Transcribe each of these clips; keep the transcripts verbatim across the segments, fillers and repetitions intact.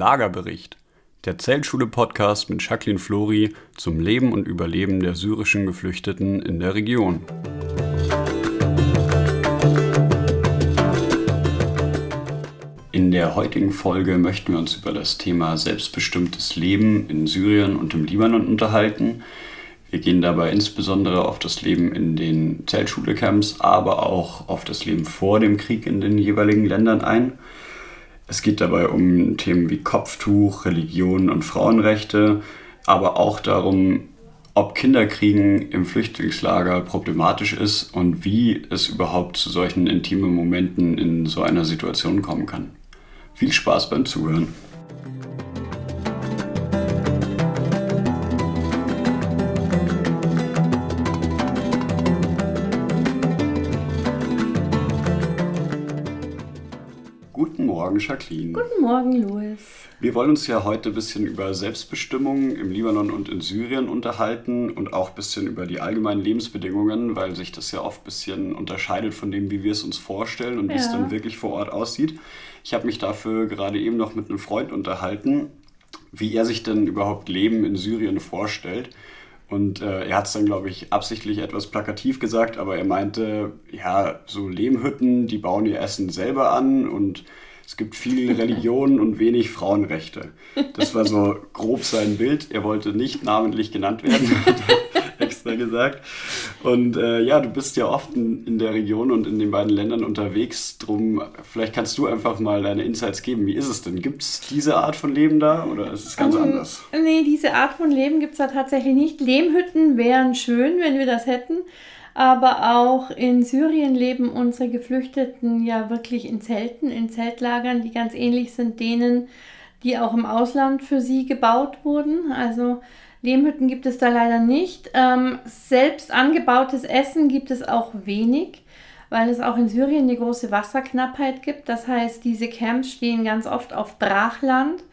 Lagerbericht, der Zeltschule-Podcast mit Jacqueline Flori zum Leben und Überleben der syrischen Geflüchteten in der Region. In der heutigen Folge möchten wir uns über das Thema selbstbestimmtes Leben in Syrien und im Libanon unterhalten. Wir gehen dabei insbesondere auf das Leben in den Zeltschule-Camps, aber auch auf das Leben vor dem Krieg in den jeweiligen Ländern ein. Es geht dabei um Themen wie Kopftuch, Religion und Frauenrechte, aber auch darum, ob Kinderkriegen im Flüchtlingslager problematisch ist und wie es überhaupt zu solchen intimen Momenten in so einer Situation kommen kann. Viel Spaß beim Zuhören. Guten Morgen, Jacqueline. Guten Morgen, Louis. Wir wollen uns ja heute ein bisschen über Selbstbestimmung im Libanon und in Syrien unterhalten und auch ein bisschen über die allgemeinen Lebensbedingungen, weil sich das ja oft ein bisschen unterscheidet von dem, wie wir es uns vorstellen und ja. wie es dann wirklich vor Ort aussieht. Ich habe mich dafür gerade eben noch mit einem Freund unterhalten, wie er sich denn überhaupt Leben in Syrien vorstellt. Und äh, er hat es dann, glaube ich, absichtlich etwas plakativ gesagt, aber er meinte, ja, so Lehmhütten, die bauen ihr Essen selber an und es gibt viele Religionen und wenig Frauenrechte. Das war so grob sein Bild. Er wollte nicht namentlich genannt werden, hat er extra gesagt. Und äh, ja, du bist ja oft in, in der Region und in den beiden Ländern unterwegs. Drum, vielleicht kannst du einfach mal deine Insights geben. Wie ist es denn? Gibt es diese Art von Leben da oder ist es ganz um, anders? Nee, diese Art von Leben gibt es da tatsächlich nicht. Lehmhütten wären schön, wenn wir das hätten. Aber auch in Syrien leben unsere Geflüchteten ja wirklich in Zelten, in Zeltlagern, die ganz ähnlich sind denen, die auch im Ausland für sie gebaut wurden. Also Lehmhütten gibt es da leider nicht. Ähm, selbst angebautes Essen gibt es auch wenig, weil es auch in Syrien eine große Wasserknappheit gibt. Das heißt, diese Camps stehen ganz oft auf Brachland.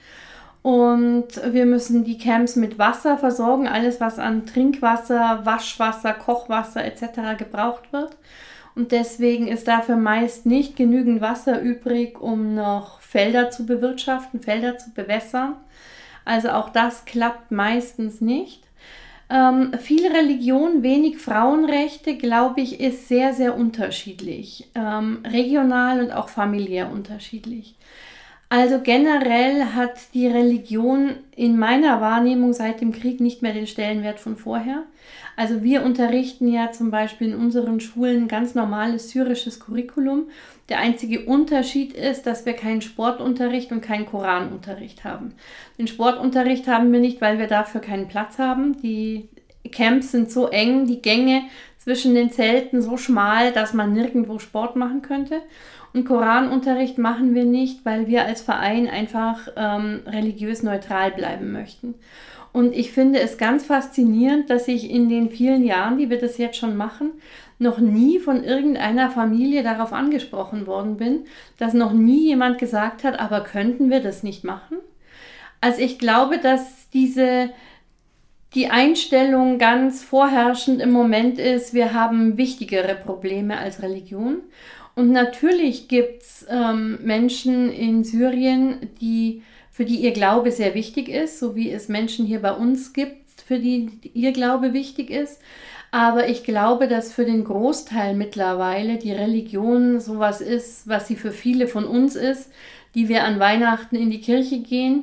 Und wir müssen die Camps mit Wasser versorgen, alles was an Trinkwasser, Waschwasser, Kochwasser et cetera gebraucht wird. Und deswegen ist dafür meist nicht genügend Wasser übrig, um noch Felder zu bewirtschaften, Felder zu bewässern. Also auch das klappt meistens nicht. Ähm, viele Religionen, wenig Frauenrechte, glaube ich, ist sehr, sehr unterschiedlich. Ähm, regional und auch familiär unterschiedlich. Also generell hat die Religion in meiner Wahrnehmung seit dem Krieg nicht mehr den Stellenwert von vorher. Also wir unterrichten ja zum Beispiel in unseren Schulen ein ganz normales syrisches Curriculum. Der einzige Unterschied ist, dass wir keinen Sportunterricht und keinen Koranunterricht haben. Den Sportunterricht haben wir nicht, weil wir dafür keinen Platz haben. Die Camps sind so eng, die Gänge zwischen den Zelten so schmal, dass man nirgendwo Sport machen könnte. Und Koranunterricht machen wir nicht, weil wir als Verein einfach ähm, religiös neutral bleiben möchten. Und ich finde es ganz faszinierend, dass ich in den vielen Jahren, die wir das jetzt schon machen, noch nie von irgendeiner Familie darauf angesprochen worden bin, dass noch nie jemand gesagt hat, aber könnten wir das nicht machen? Also ich glaube, dass diese, die Einstellung ganz vorherrschend im Moment ist, wir haben wichtigere Probleme als Religion. Und natürlich gibt es ähm, Menschen in Syrien, die, für die ihr Glaube sehr wichtig ist, so wie es Menschen hier bei uns gibt, für die ihr Glaube wichtig ist. Aber ich glaube, dass für den Großteil mittlerweile die Religion sowas ist, was sie für viele von uns ist, die wir an Weihnachten in die Kirche gehen,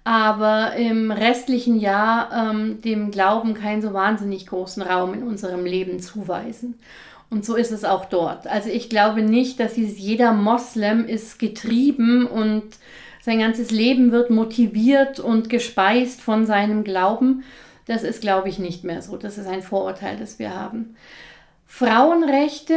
aber im restlichen Jahr ähm, dem Glauben keinen so wahnsinnig großen Raum in unserem Leben zuweisen. Und so ist es auch dort. Also ich glaube nicht, dass dieses jeder Moslem ist getrieben und sein ganzes Leben wird motiviert und gespeist von seinem Glauben. Das ist, glaube ich, nicht mehr so. Das ist ein Vorurteil, das wir haben. Frauenrechte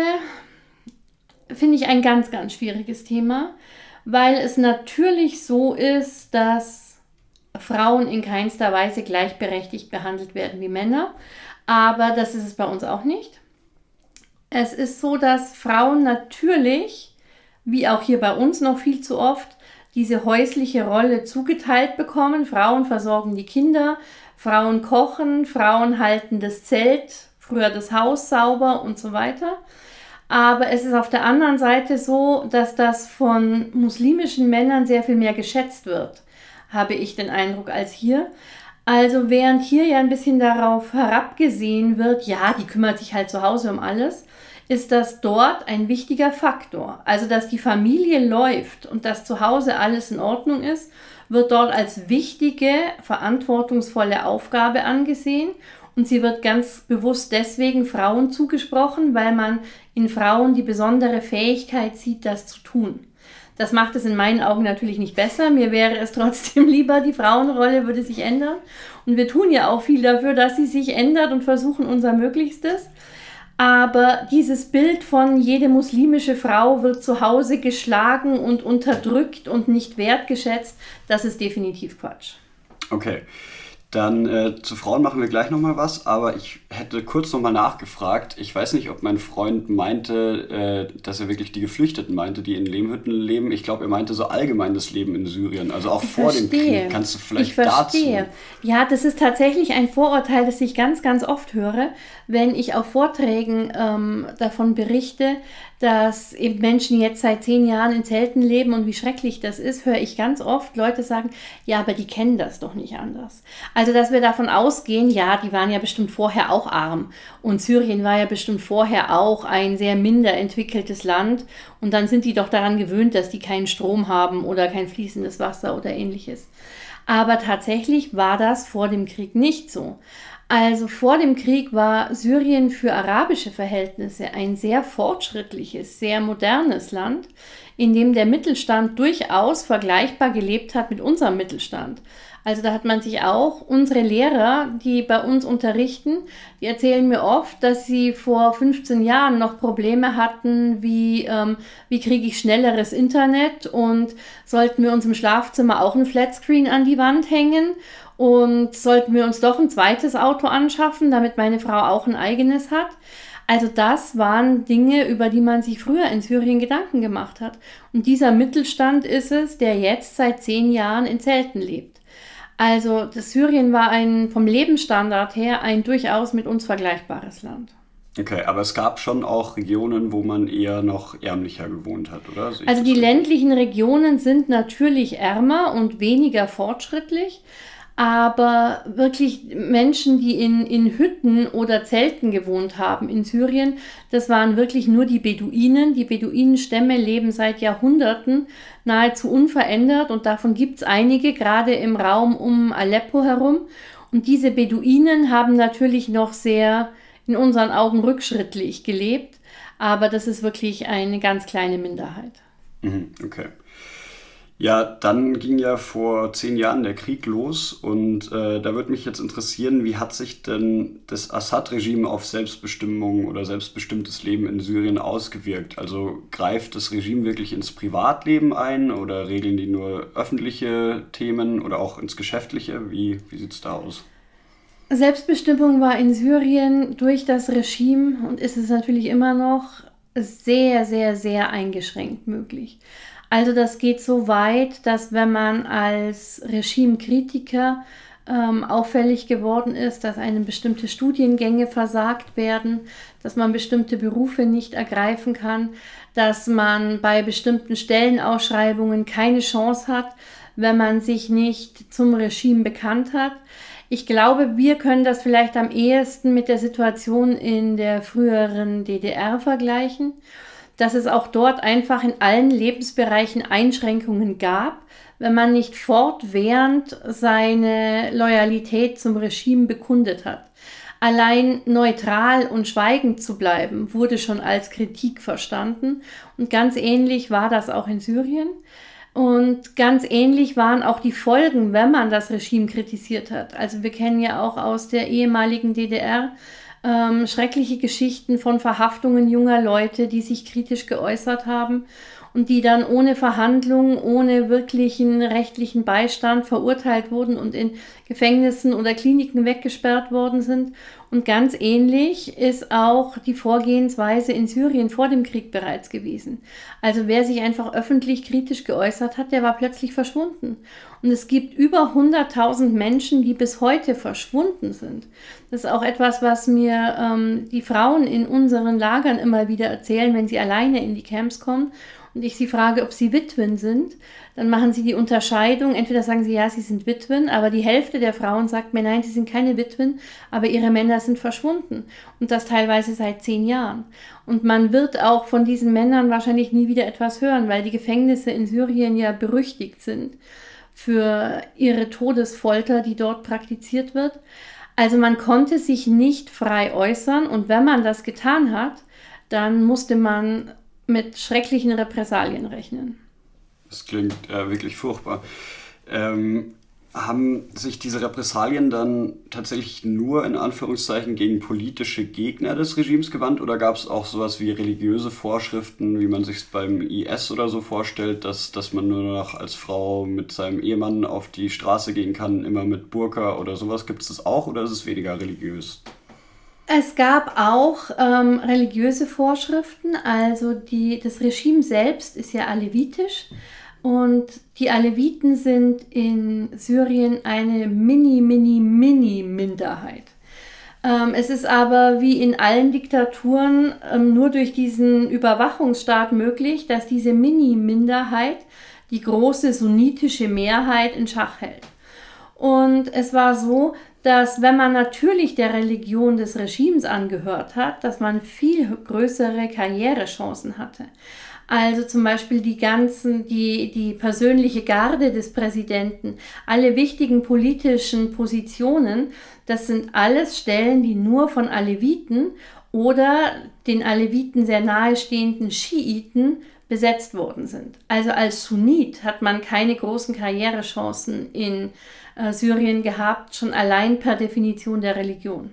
finde ich ein ganz, ganz schwieriges Thema, weil es natürlich so ist, dass Frauen in keinster Weise gleichberechtigt behandelt werden wie Männer. Aber das ist es bei uns auch nicht. Es ist so, dass Frauen natürlich, wie auch hier bei uns noch viel zu oft, diese häusliche Rolle zugeteilt bekommen. Frauen versorgen die Kinder, Frauen kochen, Frauen halten das Zelt, früher das Haus sauber und so weiter. Aber es ist auf der anderen Seite so, dass das von muslimischen Männern sehr viel mehr geschätzt wird. habe ich den Eindruck, als hier. Also während hier ja ein bisschen darauf herabgesehen wird, ja, die kümmert sich halt zu Hause um alles, ist das dort ein wichtiger Faktor. Also dass die Familie läuft und dass zu Hause alles in Ordnung ist, wird dort als wichtige, verantwortungsvolle Aufgabe angesehen. Und sie wird ganz bewusst deswegen Frauen zugesprochen, weil man in Frauen die besondere Fähigkeit sieht, das zu tun. Das macht es in meinen Augen natürlich nicht besser. Mir wäre es trotzdem lieber, die Frauenrolle würde sich ändern. Und wir tun ja auch viel dafür, dass sie sich ändert und versuchen unser Möglichstes. Aber dieses Bild von jede muslimische Frau wird zu Hause geschlagen und unterdrückt und nicht wertgeschätzt, das ist definitiv Quatsch. Okay. Dann äh, zu Frauen machen wir gleich nochmal was, aber ich hätte kurz nochmal nachgefragt. Ich weiß nicht, ob mein Freund meinte, äh, dass er wirklich die Geflüchteten meinte, die in Lehmhütten leben. Ich glaube, er meinte so allgemein das Leben in Syrien, also auch ich vor verstehe. dem Krieg. Kannst du vielleicht ich verstehe. dazu? Ja, das ist tatsächlich ein Vorurteil, das ich ganz, ganz oft höre, wenn ich auf Vorträgen ähm, davon berichte, dass eben Menschen jetzt seit zehn Jahren in Zelten leben und wie schrecklich das ist, höre ich ganz oft Leute sagen, ja, aber die kennen das doch nicht anders. Also, dass wir davon ausgehen, ja, die waren ja bestimmt vorher auch arm und Syrien war ja bestimmt vorher auch ein sehr minder entwickeltes Land und dann sind die doch daran gewöhnt, dass die keinen Strom haben oder kein fließendes Wasser oder ähnliches. Aber tatsächlich war das vor dem Krieg nicht so. Also vor dem Krieg war Syrien für arabische Verhältnisse ein sehr fortschrittliches, sehr modernes Land, in dem der Mittelstand durchaus vergleichbar gelebt hat mit unserem Mittelstand. Also da hat man sich auch, unsere Lehrer, die bei uns unterrichten, die erzählen mir oft, dass sie vor fünfzehn Jahren noch Probleme hatten, wie, ähm, wie kriege ich schnelleres Internet und sollten wir uns im Schlafzimmer auch ein Flatscreen an die Wand hängen und sollten wir uns doch ein zweites Auto anschaffen, damit meine Frau auch ein eigenes hat. Also das waren Dinge, über die man sich früher in Syrien Gedanken gemacht hat. Und dieser Mittelstand ist es, der jetzt seit zehn Jahren in Zelten lebt. Also das Syrien war ein, vom Lebensstandard her ein durchaus mit uns vergleichbares Land. Okay, aber es gab schon auch Regionen, wo man eher noch ärmlicher gewohnt hat, oder? Also die ländlichen Regionen sind natürlich ärmer und weniger fortschrittlich. Aber wirklich Menschen, die in, in Hütten oder Zelten gewohnt haben in Syrien, das waren wirklich nur die Beduinen. Die Beduinenstämme leben seit Jahrhunderten nahezu unverändert und davon gibt es einige, gerade im Raum um Aleppo herum. Und diese Beduinen haben natürlich noch sehr, in unseren Augen, rückschrittlich gelebt, aber das ist wirklich eine ganz kleine Minderheit. Okay. Ja, dann ging ja vor zehn Jahren der Krieg los und äh, da würde mich jetzt interessieren, wie hat sich denn das Assad-Regime auf Selbstbestimmung oder selbstbestimmtes Leben in Syrien ausgewirkt? Also greift das Regime wirklich ins Privatleben ein oder regeln die nur öffentliche Themen oder auch ins Geschäftliche? Wie, wie sieht es da aus? Selbstbestimmung war in Syrien durch das Regime und ist es natürlich immer noch sehr, sehr, sehr eingeschränkt möglich. Also das geht so weit, dass wenn man als Regimekritiker ähm, auffällig geworden ist, dass einem bestimmte Studiengänge versagt werden, dass man bestimmte Berufe nicht ergreifen kann, dass man bei bestimmten Stellenausschreibungen keine Chance hat, wenn man sich nicht zum Regime bekannt hat. Ich glaube, wir können das vielleicht am ehesten mit der Situation in der früheren D D R vergleichen, dass es auch dort einfach in allen Lebensbereichen Einschränkungen gab, wenn man nicht fortwährend seine Loyalität zum Regime bekundet hat. Allein neutral und schweigend zu bleiben, wurde schon als Kritik verstanden. Und ganz ähnlich war das auch in Syrien. Und ganz ähnlich waren auch die Folgen, wenn man das Regime kritisiert hat. Also wir kennen ja auch aus der ehemaligen D D R Ähm, schreckliche Geschichten von Verhaftungen junger Leute, die sich kritisch geäußert haben und die dann ohne Verhandlung, ohne wirklichen rechtlichen Beistand verurteilt wurden und in Gefängnissen oder Kliniken weggesperrt worden sind. Und ganz ähnlich ist auch die Vorgehensweise in Syrien vor dem Krieg bereits gewesen. Also wer sich einfach öffentlich kritisch geäußert hat, der war plötzlich verschwunden. Und es gibt über hunderttausend Menschen, die bis heute verschwunden sind. Das ist auch etwas, was mir ähm, die Frauen in unseren Lagern immer wieder erzählen, wenn sie alleine in die Camps kommen und ich sie frage, ob sie Witwen sind, dann machen sie die Unterscheidung, entweder sagen sie, ja, sie sind Witwen, aber die Hälfte der Frauen sagt mir, nein, sie sind keine Witwen, aber ihre Männer sind verschwunden und das teilweise seit zehn Jahren. Und man wird auch von diesen Männern wahrscheinlich nie wieder etwas hören, weil die Gefängnisse in Syrien ja berüchtigt sind für ihre Todesfolter, die dort praktiziert wird. Also man konnte sich nicht frei äußern und wenn man das getan hat, dann musste man mit schrecklichen Repressalien rechnen. Das klingt äh, wirklich furchtbar. Ähm, haben sich diese Repressalien dann tatsächlich nur in Anführungszeichen gegen politische Gegner des Regimes gewandt oder gab es auch sowas wie religiöse Vorschriften, wie man sich es beim I S oder so vorstellt, dass, dass man nur noch als Frau mit seinem Ehemann auf die Straße gehen kann, immer mit Burka oder sowas? Gibt es das auch oder ist es weniger religiös? Es gab auch ähm, religiöse Vorschriften, also die, das Regime selbst ist ja alevitisch und die Aleviten sind in Syrien eine mini, mini, mini Minderheit. Ähm, es ist aber wie in allen Diktaturen ähm, nur durch diesen Überwachungsstaat möglich, dass diese Mini-Minderheit die große sunnitische Mehrheit in Schach hält. Und es war so, dass wenn man natürlich der Religion des Regimes angehört hat, dass man viel größere Karrierechancen hatte. Also zum Beispiel die ganzen, die, die persönliche Garde des Präsidenten, alle wichtigen politischen Positionen, das sind alles Stellen, die nur von Aleviten oder den Aleviten sehr nahestehenden Schiiten besetzt worden sind. Also als Sunnit hat man keine großen Karrierechancen in äh, Syrien gehabt, schon allein per Definition der Religion.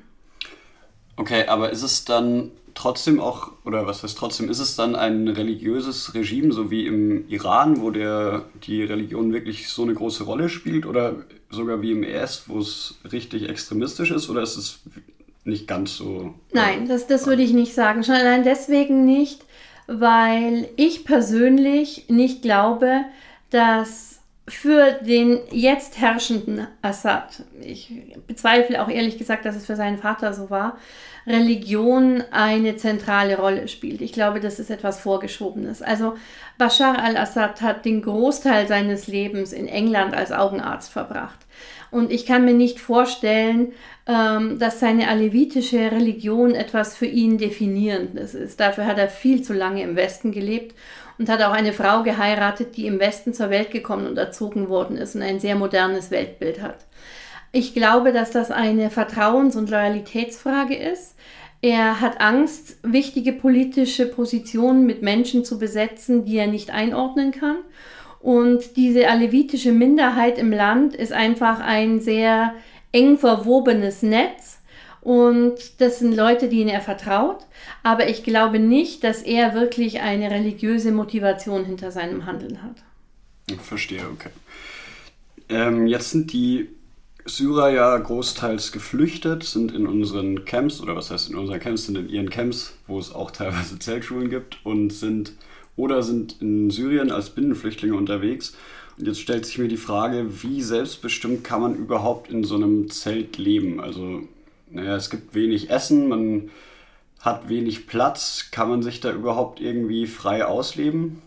Okay, aber ist es dann trotzdem auch, oder was heißt trotzdem, ist es dann ein religiöses Regime, so wie im Iran, wo der, die Religion wirklich so eine große Rolle spielt, oder sogar wie im I S, wo es richtig extremistisch ist, oder ist es nicht ganz so? Nein, das, das würde ich nicht sagen. Schon allein deswegen nicht, weil ich persönlich nicht glaube, dass für den jetzt herrschenden Assad, ich bezweifle auch ehrlich gesagt, dass es für seinen Vater so war, Religion eine zentrale Rolle spielt. Ich glaube, das ist etwas Vorgeschobenes. Also Bashar al-Assad hat den Großteil seines Lebens in England als Augenarzt verbracht. Und ich kann mir nicht vorstellen, dass seine alevitische Religion etwas für ihn Definierendes ist. Dafür hat er viel zu lange im Westen gelebt und hat auch eine Frau geheiratet, die im Westen zur Welt gekommen und erzogen worden ist und ein sehr modernes Weltbild hat. Ich glaube, dass das eine Vertrauens- und Loyalitätsfrage ist. Er hat Angst, wichtige politische Positionen mit Menschen zu besetzen, die er nicht einordnen kann. Und diese alevitische Minderheit im Land ist einfach ein sehr eng verwobenes Netz. Und das sind Leute, denen er vertraut. Aber ich glaube nicht, dass er wirklich eine religiöse Motivation hinter seinem Handeln hat. Ich verstehe, okay. Ähm, jetzt sind die Syrer ja großteils geflüchtet, sind in unseren Camps, oder was heißt in unseren Camps, sind in ihren Camps, wo es auch teilweise Zeltschulen gibt, und sind oder sind in Syrien als Binnenflüchtlinge unterwegs. Und jetzt stellt sich mir die Frage, wie selbstbestimmt kann man überhaupt in so einem Zelt leben? Also, naja, es gibt wenig Essen, man hat wenig Platz. Kann man sich da überhaupt irgendwie frei ausleben?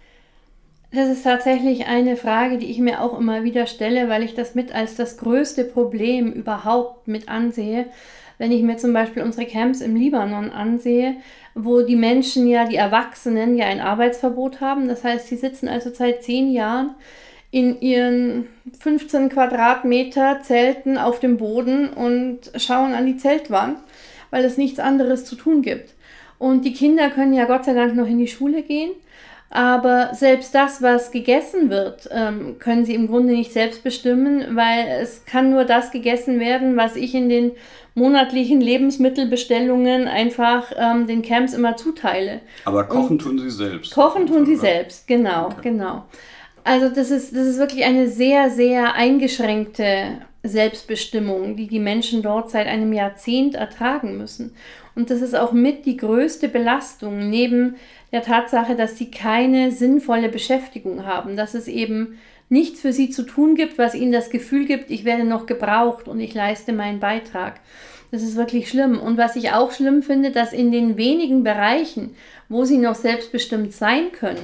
Das ist tatsächlich eine Frage, die ich mir auch immer wieder stelle, weil ich das mit als das größte Problem überhaupt mit ansehe. Wenn ich mir zum Beispiel unsere Camps im Libanon ansehe, wo die Menschen ja, die Erwachsenen ja ein Arbeitsverbot haben. Das heißt, sie sitzen also seit zehn Jahren in ihren fünfzehn Quadratmeter Zelten auf dem Boden und schauen an die Zeltwand, weil es nichts anderes zu tun gibt. Und die Kinder können ja Gott sei Dank noch in die Schule gehen. Aber selbst das, was gegessen wird, ähm, können sie im Grunde nicht selbst bestimmen, weil es kann nur das gegessen werden, was ich in den monatlichen Lebensmittelbestellungen einfach ähm, den Camps immer zuteile. Aber kochen Und tun sie selbst. Kochen tun sie selbst, genau, okay. genau. Also das ist, das ist wirklich eine sehr, sehr eingeschränkte Selbstbestimmung, die die Menschen dort seit einem Jahrzehnt ertragen müssen. Und das ist auch mit die größte Belastung, neben der Tatsache, dass sie keine sinnvolle Beschäftigung haben, dass es eben nichts für sie zu tun gibt, was ihnen das Gefühl gibt, ich werde noch gebraucht und ich leiste meinen Beitrag. Das ist wirklich schlimm. Und was ich auch schlimm finde, dass in den wenigen Bereichen, wo sie noch selbstbestimmt sein können,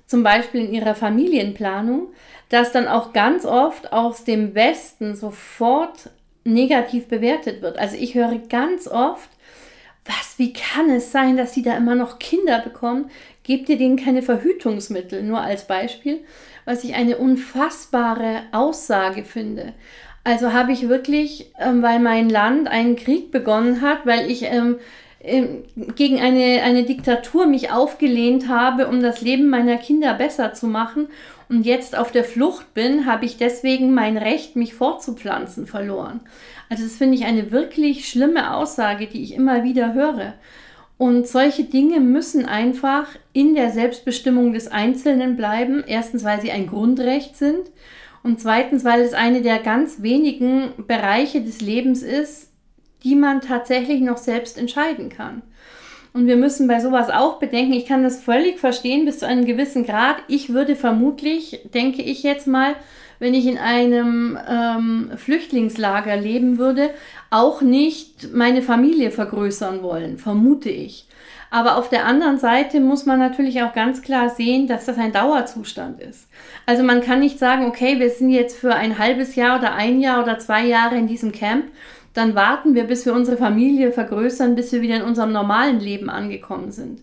zum Beispiel in ihrer Familienplanung, das dann auch ganz oft aus dem Westen sofort negativ bewertet wird. Also ich höre ganz oft, was, wie kann es sein, dass sie da immer noch Kinder bekommen? Gebt ihr denen keine Verhütungsmittel? Nur als Beispiel, was ich eine unfassbare Aussage finde. Also habe ich wirklich, ähm, weil mein Land einen Krieg begonnen hat, weil ich ähm, ähm, gegen eine, eine Diktatur mich aufgelehnt habe, um das Leben meiner Kinder besser zu machen und jetzt auf der Flucht bin, habe ich deswegen mein Recht, mich fortzupflanzen, verloren. Also das finde ich eine wirklich schlimme Aussage, die ich immer wieder höre. Und solche Dinge müssen einfach in der Selbstbestimmung des Einzelnen bleiben. Erstens, weil sie ein Grundrecht sind und zweitens, weil es eine der ganz wenigen Bereiche des Lebens ist, die man tatsächlich noch selbst entscheiden kann. Und wir müssen bei sowas auch bedenken, ich kann das völlig verstehen bis zu einem gewissen Grad. Ich würde vermutlich, denke ich jetzt mal, wenn ich in einem ähm, Flüchtlingslager leben würde, auch nicht meine Familie vergrößern wollen, vermute ich. Aber auf der anderen Seite muss man natürlich auch ganz klar sehen, dass das ein Dauerzustand ist. Also man kann nicht sagen, okay, wir sind jetzt für ein halbes Jahr oder ein Jahr oder zwei Jahre in diesem Camp, dann warten wir, bis wir unsere Familie vergrößern, bis wir wieder in unserem normalen Leben angekommen sind.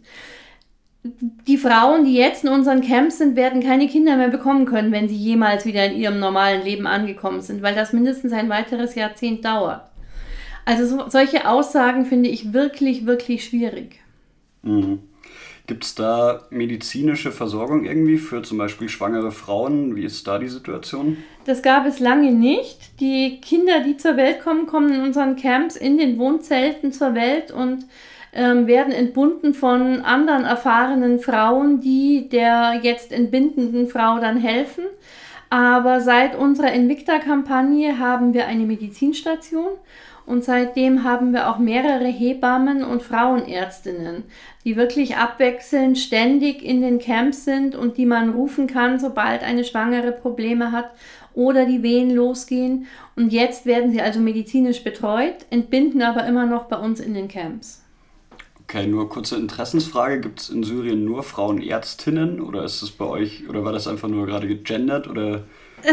Die Frauen, die jetzt in unseren Camps sind, werden keine Kinder mehr bekommen können, wenn sie jemals wieder in ihrem normalen Leben angekommen sind, weil das mindestens ein weiteres Jahrzehnt dauert. Also so, solche Aussagen finde ich wirklich, wirklich schwierig. Mhm. Gibt es da medizinische Versorgung irgendwie für zum Beispiel schwangere Frauen? Wie ist da die Situation? Das gab es lange nicht. Die Kinder, die zur Welt kommen, kommen in unseren Camps in den Wohnzelten zur Welt und ähm, werden entbunden von anderen erfahrenen Frauen, die der jetzt entbindenden Frau dann helfen. Aber seit unserer Invicta-Kampagne haben wir eine Medizinstation. Und seitdem haben wir auch mehrere Hebammen und Frauenärztinnen, die wirklich abwechselnd ständig in den Camps sind und die man rufen kann, sobald eine Schwangere Probleme hat oder die Wehen losgehen. Und jetzt werden sie also medizinisch betreut, entbinden aber immer noch bei uns in den Camps. Okay, nur kurze Interessensfrage. Gibt es in Syrien nur Frauenärztinnen oder ist es bei euch, oder war das einfach nur gerade gegendert oder...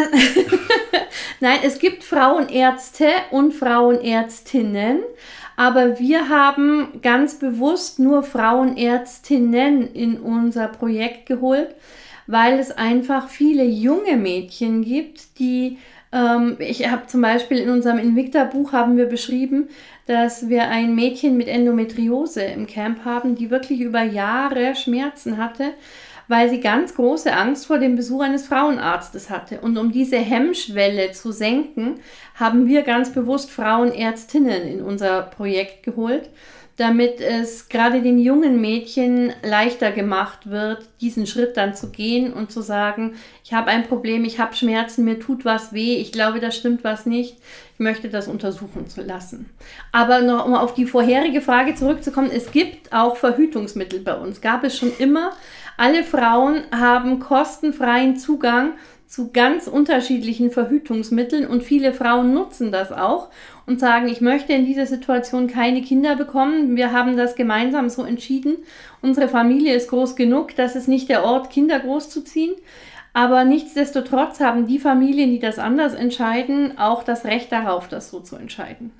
Nein, es gibt Frauenärzte und Frauenärztinnen, aber wir haben ganz bewusst nur Frauenärztinnen in unser Projekt geholt, weil es einfach viele junge Mädchen gibt, die, ähm, ich habe zum Beispiel in unserem Invicta-Buch haben wir beschrieben, dass wir ein Mädchen mit Endometriose im Camp haben, die wirklich über Jahre Schmerzen hatte, weil sie ganz große Angst vor dem Besuch eines Frauenarztes hatte. Und um diese Hemmschwelle zu senken, haben wir ganz bewusst Frauenärztinnen in unser Projekt geholt, damit es gerade den jungen Mädchen leichter gemacht wird, diesen Schritt dann zu gehen und zu sagen, ich habe ein Problem, ich habe Schmerzen, mir tut was weh, ich glaube, da stimmt was nicht, ich möchte das untersuchen zu lassen. Aber noch um auf die vorherige Frage zurückzukommen, es gibt auch Verhütungsmittel bei uns, gab es schon immer. Alle Frauen haben kostenfreien Zugang zu ganz unterschiedlichen Verhütungsmitteln und viele Frauen nutzen das auch und sagen, ich möchte in dieser Situation keine Kinder bekommen. Wir haben das gemeinsam so entschieden. Unsere Familie ist groß genug, das ist nicht der Ort, Kinder großzuziehen. Aber nichtsdestotrotz haben die Familien, die das anders entscheiden, auch das Recht darauf, das so zu entscheiden.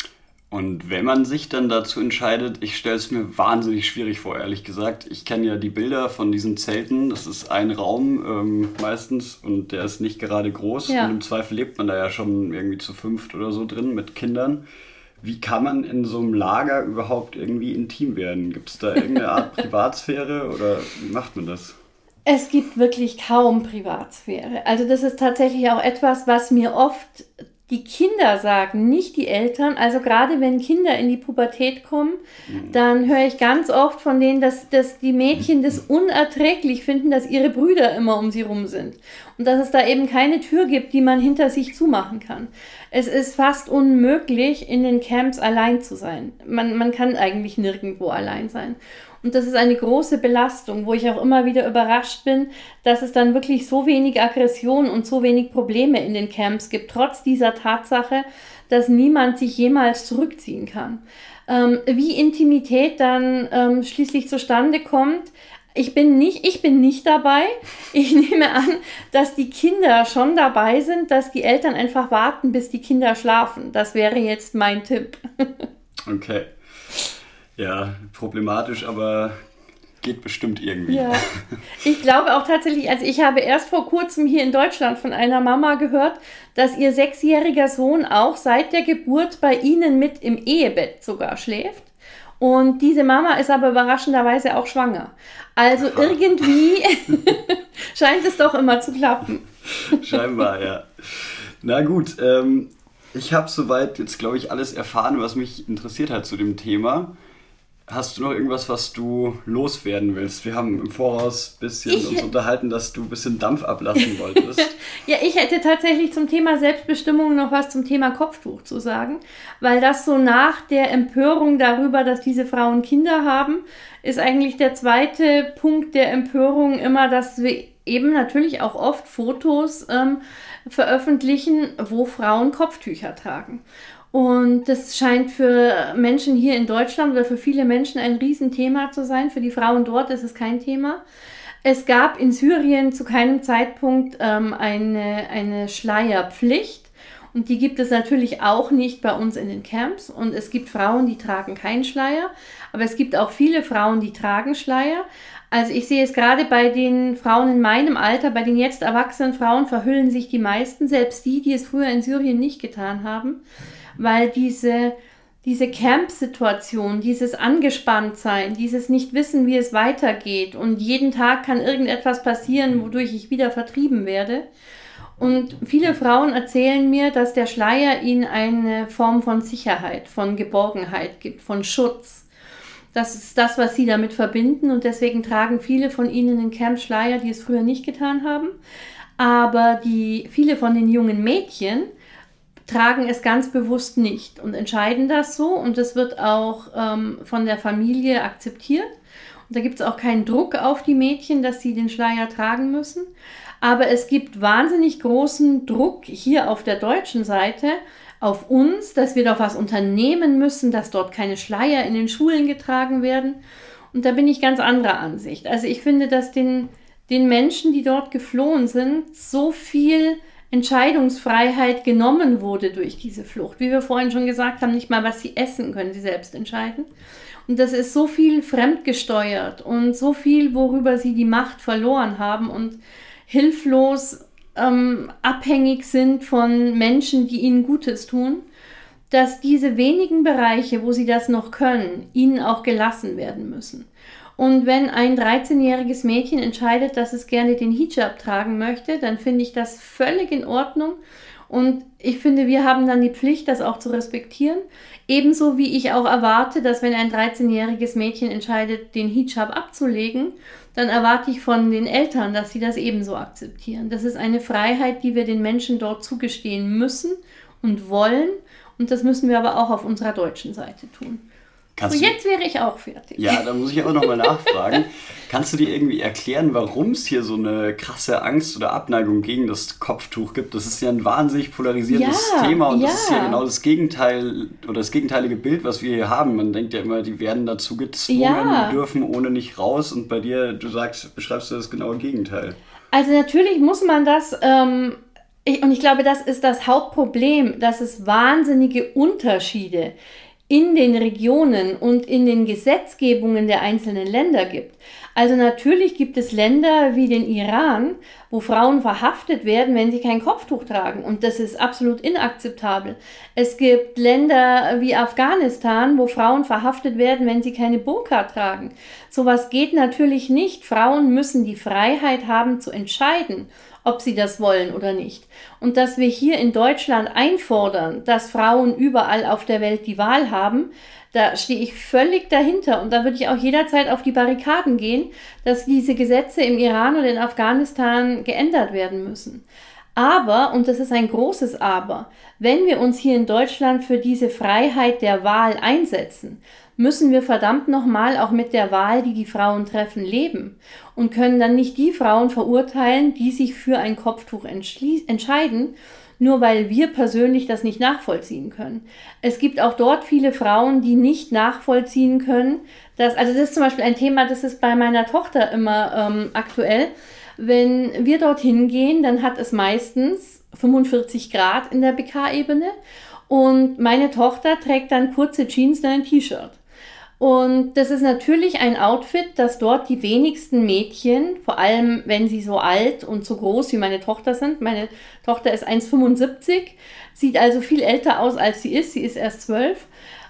Und wenn man sich dann dazu entscheidet, ich stelle es mir wahnsinnig schwierig vor, ehrlich gesagt. Ich kenne ja die Bilder von diesen Zelten. Das ist ein Raum ähm, meistens und der ist nicht gerade groß. Ja. Und im Zweifel lebt man da ja schon irgendwie zu fünft oder so drin mit Kindern. Wie kann man in so einem Lager überhaupt irgendwie intim werden? Gibt es da irgendeine Art Privatsphäre oder wie macht man das? Es gibt wirklich kaum Privatsphäre. Also das ist tatsächlich auch etwas, was mir oft die Kinder sagen, nicht die Eltern. Also gerade wenn Kinder in die Pubertät kommen, mhm. dann höre ich ganz oft von denen, dass, dass die Mädchen das unerträglich finden, dass ihre Brüder immer um sie rum sind. Und dass es da eben keine Tür gibt, die man hinter sich zumachen kann. Es ist fast unmöglich, in den Camps allein zu sein. Man, man kann eigentlich nirgendwo allein sein. Und das ist eine große Belastung, wo ich auch immer wieder überrascht bin, dass es dann wirklich so wenig Aggression und so wenig Probleme in den Camps gibt, trotz dieser Tatsache, dass niemand sich jemals zurückziehen kann. Ähm, wie Intimität dann ähm, schließlich zustande kommt, Ich bin nicht, ich bin nicht dabei. Ich nehme an, dass die Kinder schon dabei sind, dass die Eltern einfach warten, bis die Kinder schlafen. Das wäre jetzt mein Tipp. Okay. Ja, problematisch, aber geht bestimmt irgendwie. Ja. Ich glaube auch tatsächlich, also ich habe erst vor kurzem hier in Deutschland von einer Mama gehört, dass ihr sechsjähriger Sohn auch seit der Geburt bei ihnen mit im Ehebett sogar schläft. Und diese Mama ist aber überraschenderweise auch schwanger. Also irgendwie scheint es doch immer zu klappen. Scheinbar, ja. Na gut, ähm, ich habe soweit jetzt, glaube ich, alles erfahren, was mich interessiert hat zu dem Thema. Hast du noch irgendwas, was du loswerden willst? Wir haben im Voraus ein bisschen ich, uns unterhalten, dass du ein bisschen Dampf ablassen wolltest. Ja, ich hätte tatsächlich zum Thema Selbstbestimmung noch was zum Thema Kopftuch zu sagen, weil das so nach der Empörung darüber, dass diese Frauen Kinder haben, ist eigentlich der zweite Punkt der Empörung immer, dass wir eben natürlich auch oft Fotos ähm, veröffentlichen, wo Frauen Kopftücher tragen. Und das scheint für Menschen hier in Deutschland oder für viele Menschen ein Riesenthema zu sein. Für die Frauen dort ist es kein Thema. Es gab in Syrien zu keinem Zeitpunkt ähm, eine, eine Schleierpflicht. Und die gibt es natürlich auch nicht bei uns in den Camps. Und es gibt Frauen, die tragen keinen Schleier. Aber es gibt auch viele Frauen, die tragen Schleier. Also ich sehe es gerade bei den Frauen in meinem Alter, bei den jetzt erwachsenen Frauen verhüllen sich die meisten, selbst die, die es früher in Syrien nicht getan haben. Weil diese, diese Camp-Situation, dieses Angespanntsein, dieses Nicht-Wissen, wie es weitergeht und jeden Tag kann irgendetwas passieren, wodurch ich wieder vertrieben werde. Und viele Frauen erzählen mir, dass der Schleier ihnen eine Form von Sicherheit, von Geborgenheit gibt, von Schutz. Das ist das, was sie damit verbinden und deswegen tragen viele von ihnen in Camps Schleier, die es früher nicht getan haben. Aber die, viele von den jungen Mädchen tragen es ganz bewusst nicht und entscheiden das so und es wird auch ähm, von der Familie akzeptiert. Und da gibt es auch keinen Druck auf die Mädchen, dass sie den Schleier tragen müssen. Aber es gibt wahnsinnig großen Druck hier auf der deutschen Seite auf uns, dass wir doch was unternehmen müssen, dass dort keine Schleier in den Schulen getragen werden. Und da bin ich ganz anderer Ansicht. Also ich finde, dass den, den Menschen, die dort geflohen sind, so viel Entscheidungsfreiheit genommen wurde durch diese Flucht. Wie wir vorhin schon gesagt haben, nicht mal was sie essen, können sie selbst entscheiden. Und das ist so viel fremdgesteuert und so viel, worüber sie die Macht verloren haben und hilflos ähm, abhängig sind von Menschen, die ihnen Gutes tun, dass diese wenigen Bereiche, wo sie das noch können, ihnen auch gelassen werden müssen. Und wenn ein dreizehnjähriges Mädchen entscheidet, dass es gerne den Hijab tragen möchte, dann finde ich das völlig in Ordnung. Und ich finde, wir haben dann die Pflicht, das auch zu respektieren. Ebenso wie ich auch erwarte, dass wenn ein dreizehnjähriges Mädchen entscheidet, den Hijab abzulegen, dann erwarte ich von den Eltern, dass sie das ebenso akzeptieren. Das ist eine Freiheit, die wir den Menschen dort zugestehen müssen und wollen. Und das müssen wir aber auch auf unserer deutschen Seite tun. Kannst so, jetzt wäre ich auch fertig. Ja, da muss ich aber nochmal nachfragen. Kannst du dir irgendwie erklären, warum es hier so eine krasse Angst oder Abneigung gegen das Kopftuch gibt? Das ist ja ein wahnsinnig polarisiertes ja, Thema und ja. das ist ja genau das Gegenteil oder das gegenteilige Bild, was wir hier haben. Man denkt ja immer, die werden dazu gezwungen, ja. die dürfen ohne nicht raus und bei dir, du sagst, beschreibst du das genaue Gegenteil. Also natürlich muss man das, ähm, ich, und ich glaube, das ist das Hauptproblem, dass es wahnsinnige Unterschiede in den Regionen und in den Gesetzgebungen der einzelnen Länder gibt. Also natürlich gibt es Länder wie den Iran, wo Frauen verhaftet werden, wenn sie kein Kopftuch tragen. Und das ist absolut inakzeptabel. Es gibt Länder wie Afghanistan, wo Frauen verhaftet werden, wenn sie keine Burka tragen. Sowas geht natürlich nicht. Frauen müssen die Freiheit haben zu entscheiden, ob sie das wollen oder nicht. Und dass wir hier in Deutschland einfordern, dass Frauen überall auf der Welt die Wahl haben, da stehe ich völlig dahinter. Und da würde ich auch jederzeit auf die Barrikaden gehen, dass diese Gesetze im Iran oder in Afghanistan geändert werden müssen. Aber, und das ist ein großes Aber, wenn wir uns hier in Deutschland für diese Freiheit der Wahl einsetzen, müssen wir verdammt nochmal auch mit der Wahl, die die Frauen treffen, leben und können dann nicht die Frauen verurteilen, die sich für ein Kopftuch entschli- entscheiden, nur weil wir persönlich das nicht nachvollziehen können. Es gibt auch dort viele Frauen, die nicht nachvollziehen können, dass, also das ist zum Beispiel ein Thema, das ist bei meiner Tochter immer ähm, aktuell. Wenn wir dorthin gehen, dann hat es meistens fünfundvierzig Grad in der B K-Ebene und meine Tochter trägt dann kurze Jeans und ein T-Shirt. Und das ist natürlich ein Outfit, das dort die wenigsten Mädchen, vor allem wenn sie so alt und so groß wie meine Tochter sind, meine Tochter ist eins Komma fünfundsiebzig, sieht also viel älter aus als sie ist, sie ist erst zwölf.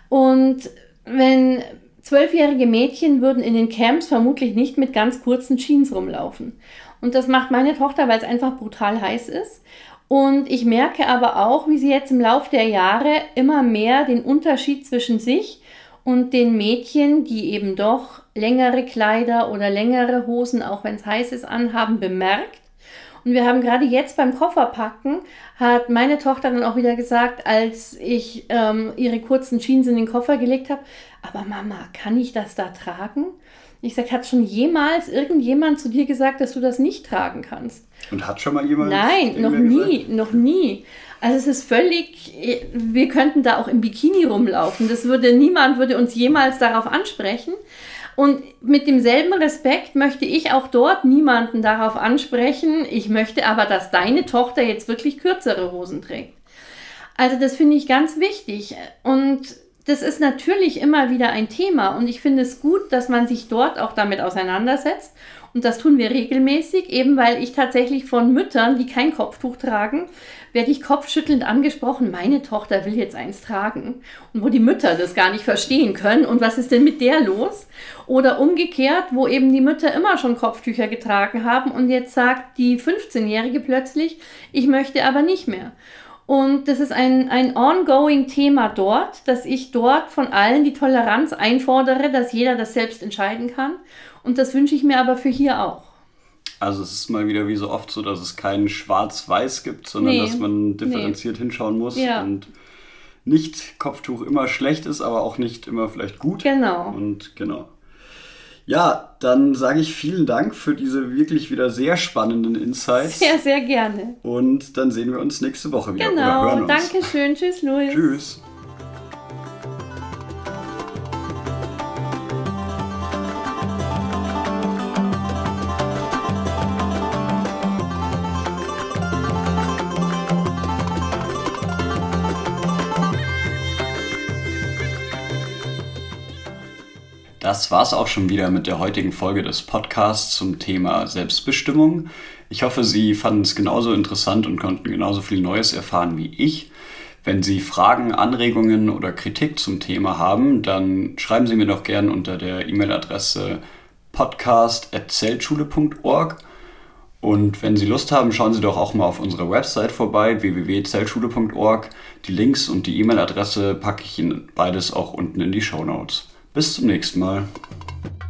Und wenn zwölfjährige Mädchen würden in den Camps vermutlich nicht mit ganz kurzen Jeans rumlaufen. Und das macht meine Tochter, weil es einfach brutal heiß ist. Und ich merke aber auch, wie sie jetzt im Laufe der Jahre immer mehr den Unterschied zwischen sich und den Mädchen, die eben doch längere Kleider oder längere Hosen, auch wenn es heiß ist, anhaben, bemerkt. Und wir haben gerade jetzt beim Kofferpacken, hat meine Tochter dann auch wieder gesagt, als ich ähm, ihre kurzen Jeans in den Koffer gelegt habe, aber Mama, kann ich das da tragen? Ich sage, hat schon jemals irgendjemand zu dir gesagt, dass du das nicht tragen kannst? Und hat schon mal jemand? Nein, noch nie, gesagt? noch nie. Also es ist völlig, wir könnten da auch im Bikini rumlaufen. Das würde, niemand würde uns jemals darauf ansprechen. Und mit demselben Respekt möchte ich auch dort niemanden darauf ansprechen. Ich möchte aber, dass deine Tochter jetzt wirklich kürzere Hosen trägt. Also das finde ich ganz wichtig. Und das ist natürlich immer wieder ein Thema. Und ich finde es gut, dass man sich dort auch damit auseinandersetzt. Und das tun wir regelmäßig, eben weil ich tatsächlich von Müttern, die kein Kopftuch tragen, werde ich kopfschüttelnd angesprochen, meine Tochter will jetzt eins tragen. Und wo die Mütter das gar nicht verstehen können. Und was ist denn mit der los? Oder umgekehrt, wo eben die Mütter immer schon Kopftücher getragen haben und jetzt sagt die fünfzehnjährige plötzlich, ich möchte aber nicht mehr. Und das ist ein, ein ongoing Thema dort, dass ich dort von allen die Toleranz einfordere, dass jeder das selbst entscheiden kann. Und das wünsche ich mir aber für hier auch. Also es ist mal wieder wie so oft so, dass es kein Schwarz-Weiß gibt, sondern nee, dass man differenziert nee. hinschauen muss. Ja. Und nicht Kopftuch immer schlecht ist, aber auch nicht immer vielleicht gut. Genau. Und genau. Ja, dann sage ich vielen Dank für diese wirklich wieder sehr spannenden Insights. Sehr, sehr gerne. Und dann sehen wir uns nächste Woche wieder. Genau, oder hören uns. Danke schön. Tschüss, Luis. Tschüss. Das war's auch schon wieder mit der heutigen Folge des Podcasts zum Thema Selbstbestimmung. Ich hoffe, Sie fanden es genauso interessant und konnten genauso viel Neues erfahren wie ich. Wenn Sie Fragen, Anregungen oder Kritik zum Thema haben, dann schreiben Sie mir doch gerne unter der E-Mail-Adresse podcast at zeltschule punkt org. Und wenn Sie Lust haben, schauen Sie doch auch mal auf unserer Website vorbei, w w w punkt zeltschule punkt org. Die Links und die E-Mail-Adresse packe ich Ihnen beides auch unten in die Shownotes. Bis zum nächsten Mal.